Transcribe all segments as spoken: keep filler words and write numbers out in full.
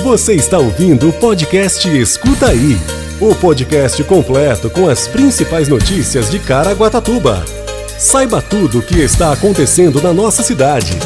Você está ouvindo o podcast Escuta Aí, o podcast completo com as principais notícias de Caraguatatuba. Saiba tudo o que está acontecendo na nossa cidade.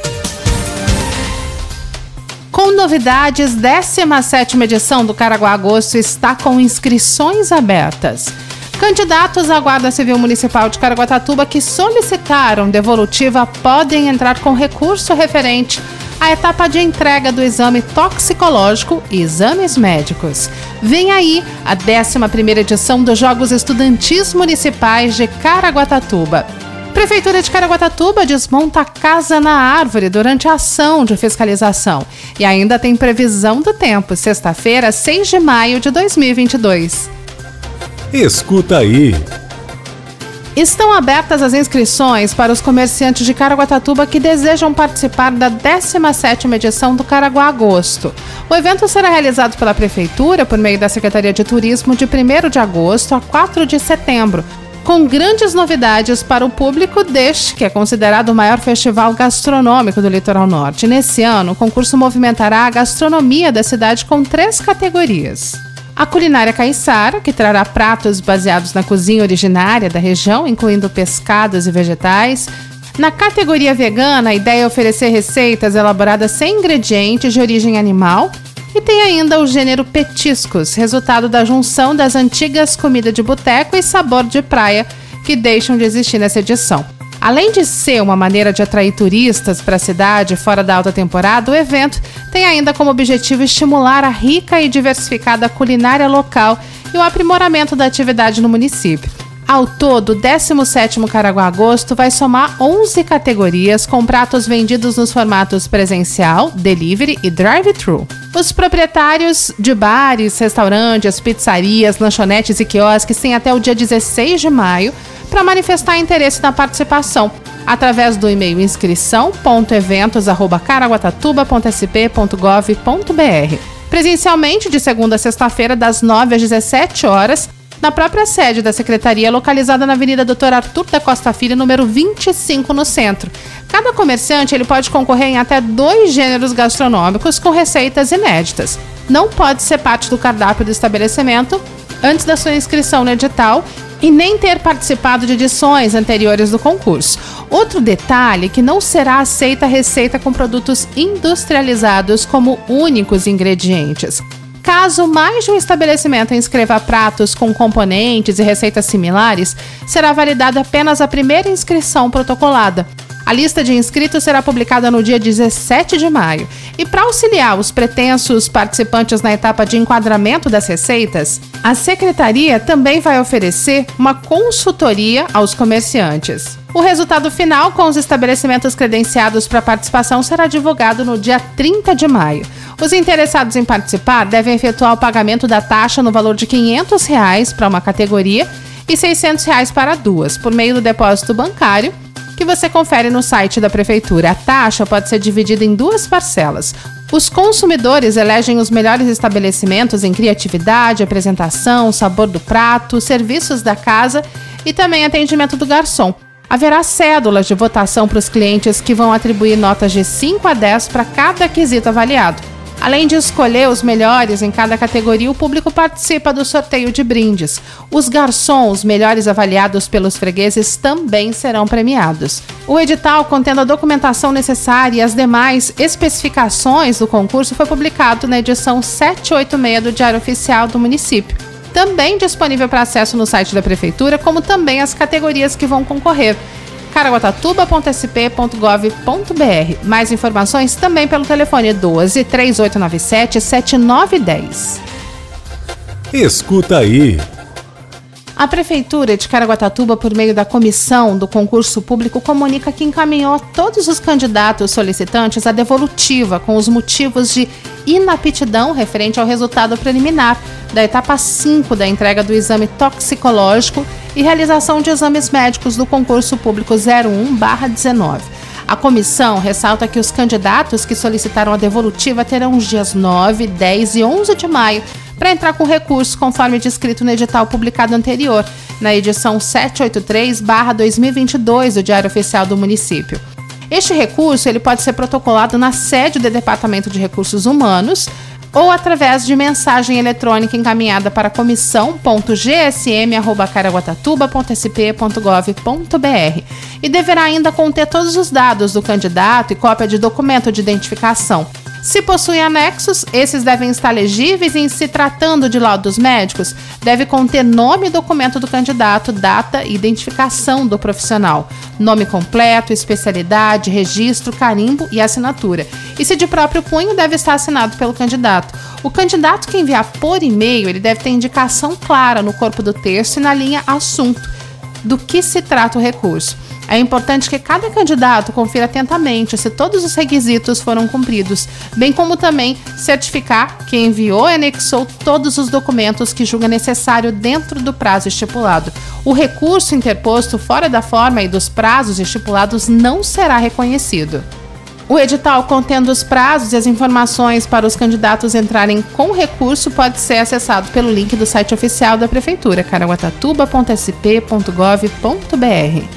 Com novidades, décima sétima edição do Caraguá Agosto está com inscrições abertas. Candidatos à Guarda Civil Municipal de Caraguatatuba que solicitaram devolutiva podem entrar com recurso referente à etapa de entrega do exame toxicológico e exames médicos. Vem aí a décima primeira edição dos Jogos Estudantis Municipais de Caraguatatuba. Prefeitura de Caraguatatuba desmonta a Casa na Árvore durante a ação de fiscalização. E ainda tem previsão do tempo, sexta-feira, seis de maio de dois mil e vinte e dois. Escuta Aí. Estão abertas as inscrições para os comerciantes de Caraguatatuba que desejam participar da décima sétima edição do Caraguá Agosto. O evento será realizado pela Prefeitura por meio da Secretaria de Turismo de primeiro de agosto a quatro de setembro, com grandes novidades para o público deste, que é considerado o maior festival gastronômico do Litoral Norte. Nesse ano, o concurso movimentará a gastronomia da cidade com três categorias. A culinária caiçara, que trará pratos baseados na cozinha originária da região, incluindo pescados e vegetais. Na categoria vegana, a ideia é oferecer receitas elaboradas sem ingredientes de origem animal. E tem ainda o gênero petiscos, resultado da junção das antigas comidas de boteco e sabor de praia, que deixam de existir nessa edição. Além de ser uma maneira de atrair turistas para a cidade fora da alta temporada, o evento tem ainda como objetivo estimular a rica e diversificada culinária local e o aprimoramento da atividade no município. Ao todo, o décimo sétimo Caraguá Agosto vai somar onze categorias com pratos vendidos nos formatos presencial, delivery e drive-thru. Os proprietários de bares, restaurantes, pizzarias, lanchonetes e quiosques têm até o dia dezesseis de maio para manifestar interesse na participação, através do e-mail inscrição ponto eventos arroba caraguatatuba ponto s p ponto gov ponto b r. Presencialmente, de segunda a sexta-feira, das nove às dezessete horas, na própria sede da Secretaria, localizada na Avenida doutor Arthur da Costa Filho, número vinte e cinco, no centro. Cada comerciante ele pode concorrer em até dois gêneros gastronômicos com receitas inéditas. Não pode ser parte do cardápio do estabelecimento antes da sua inscrição no edital e nem ter participado de edições anteriores do concurso. Outro detalhe é que não será aceita receita com produtos industrializados como únicos ingredientes. Caso mais de um estabelecimento inscreva pratos com componentes e receitas similares, será validada apenas a primeira inscrição protocolada. A lista de inscritos será publicada no dia dezessete de maio. E para auxiliar os pretensos participantes na etapa de enquadramento das receitas, a Secretaria também vai oferecer uma consultoria aos comerciantes. O resultado final com os estabelecimentos credenciados para participação será divulgado no dia trinta de maio. Os interessados em participar devem efetuar o pagamento da taxa no valor de quinhentos reais para uma categoria e seiscentos reais para duas, por meio do depósito bancário, que você confere no site da Prefeitura. A taxa pode ser dividida em duas parcelas. Os consumidores elegem os melhores estabelecimentos em criatividade, apresentação, sabor do prato, serviços da casa e também atendimento do garçom. Haverá cédulas de votação para os clientes que vão atribuir notas de cinco a dez para cada quesito avaliado. Além de escolher os melhores em cada categoria, o público participa do sorteio de brindes. Os garçons melhores avaliados pelos fregueses também serão premiados. O edital, contendo a documentação necessária e as demais especificações do concurso, foi publicado na edição setecentos e oitenta e seis do Diário Oficial do município. Também disponível para acesso no site da Prefeitura, como também as categorias que vão concorrer. caraguatatuba ponto s p ponto gov ponto b r. Mais informações também pelo telefone doze, três oito nove sete, sete nove um zero. Escuta Aí. A Prefeitura de Caraguatatuba, por meio da comissão do concurso público, comunica que encaminhou a todos os candidatos solicitantes a devolutiva com os motivos de inaptidão referente ao resultado preliminar da etapa cinco da entrega do exame toxicológico e realização de exames médicos do concurso público zero um barra dezenove. A comissão ressalta que os candidatos que solicitaram a devolutiva terão os dias nove, dez e onze de maio para entrar com recurso, conforme descrito no edital publicado anterior, na edição setecentos e oitenta e três barra dois mil e vinte e dois do Diário Oficial do município. Este recurso ele pode ser protocolado na sede do Departamento de Recursos Humanos, ou através de mensagem eletrônica encaminhada para comissão ponto g s m arroba caraguatatuba ponto s p ponto gov ponto b r e deverá ainda conter todos os dados do candidato e cópia de documento de identificação. Se possui anexos, esses devem estar legíveis e, em se tratando de laudos médicos, deve conter nome e documento do candidato, data e identificação do profissional, nome completo, especialidade, registro, carimbo e assinatura. E se de próprio punho, deve estar assinado pelo candidato. O candidato que enviar por e-mail, ele deve ter indicação clara no corpo do texto e na linha assunto do que se trata o recurso. É importante que cada candidato confira atentamente se todos os requisitos foram cumpridos, bem como também certificar que enviou e anexou todos os documentos que julga necessário dentro do prazo estipulado. O recurso interposto fora da forma e dos prazos estipulados não será reconhecido. O edital contendo os prazos e as informações para os candidatos entrarem com recurso pode ser acessado pelo link do site oficial da Prefeitura, caraguatatuba ponto s p ponto gov ponto b r.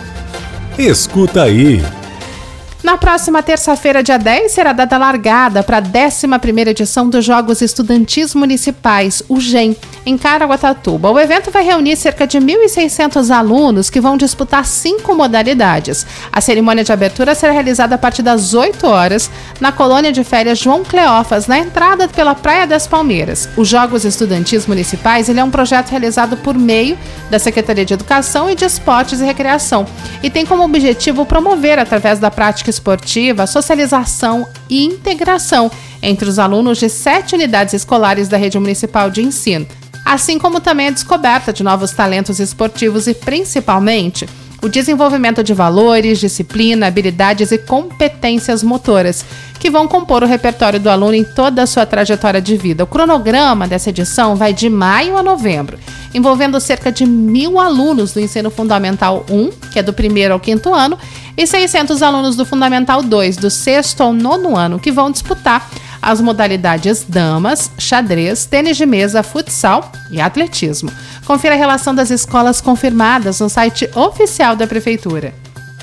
Escuta aí! Na próxima terça-feira, dia dez, será dada largada para a décima primeira edição dos Jogos Estudantis Municipais, o G E M, em Caraguatatuba. O evento vai reunir cerca de mil e seiscentos alunos que vão disputar cinco modalidades. A cerimônia de abertura será realizada a partir das oito horas na colônia de férias João Cleófas, na entrada pela Praia das Palmeiras. Os Jogos Estudantis Municipais ele é um projeto realizado por meio da Secretaria de Educação e de Esportes e Recreação e tem como objetivo promover, através da prática esportiva, socialização e integração entre os alunos de sete unidades escolares da rede municipal de ensino, assim como também a descoberta de novos talentos esportivos e, principalmente, o desenvolvimento de valores, disciplina, habilidades e competências motoras, que vão compor o repertório do aluno em toda a sua trajetória de vida. O cronograma dessa edição vai de maio a novembro, envolvendo cerca de mil alunos do Ensino Fundamental um, que é do primeiro ao quinto ano, e seiscentos alunos do Fundamental dois, do sexto ao nono ano, que vão disputar as modalidades damas, xadrez, tênis de mesa, futsal e atletismo. Confira a relação das escolas confirmadas no site oficial da Prefeitura.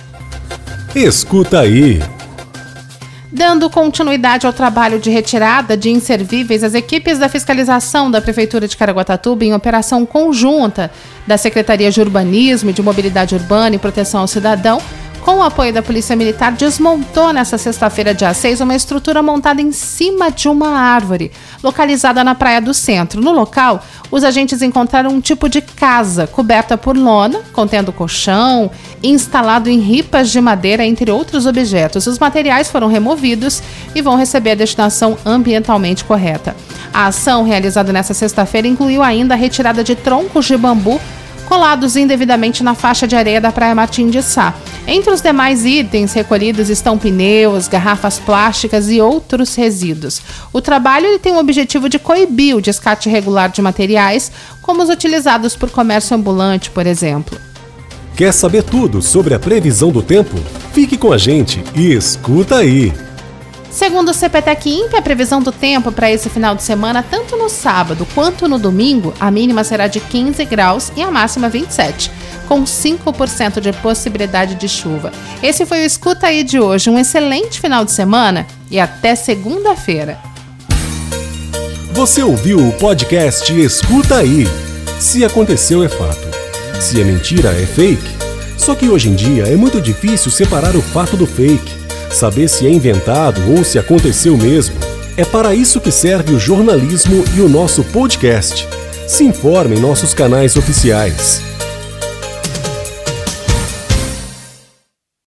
Escuta aí! Dando continuidade ao trabalho de retirada de inservíveis, as equipes da fiscalização da Prefeitura de Caraguatatuba, em operação conjunta da Secretaria de Urbanismo e de Mobilidade Urbana e Proteção ao Cidadão, com o apoio da Polícia Militar, desmontou nesta sexta-feira, dia seis, uma estrutura montada em cima de uma árvore, localizada na Praia do Centro. No local, os agentes encontraram um tipo de casa coberta por lona, contendo colchão, instalado em ripas de madeira, entre outros objetos. Os materiais foram removidos e vão receber a destinação ambientalmente correta. A ação realizada nesta sexta-feira incluiu ainda a retirada de troncos de bambu colados indevidamente na faixa de areia da Praia Martim de Sá. Entre os demais itens recolhidos estão pneus, garrafas plásticas e outros resíduos. O trabalho ele tem o objetivo de coibir o descarte irregular de materiais, como os utilizados por comércio ambulante, por exemplo. Quer saber tudo sobre a previsão do tempo? Fique com a gente e escuta aí! Segundo o CPTEC-INPE, a previsão do tempo para esse final de semana, tanto no sábado quanto no domingo, a mínima será de quinze graus e a máxima vinte e sete, com cinco por cento de possibilidade de chuva. Esse foi o Escuta Aí de hoje. Um excelente final de semana e até segunda-feira. Você ouviu o podcast Escuta Aí. Se aconteceu é fato. Se é mentira é fake. Só que hoje em dia é muito difícil separar o fato do fake. Saber se é inventado ou se aconteceu mesmo. É para isso que serve o jornalismo e o nosso podcast. Se informe em nossos canais oficiais.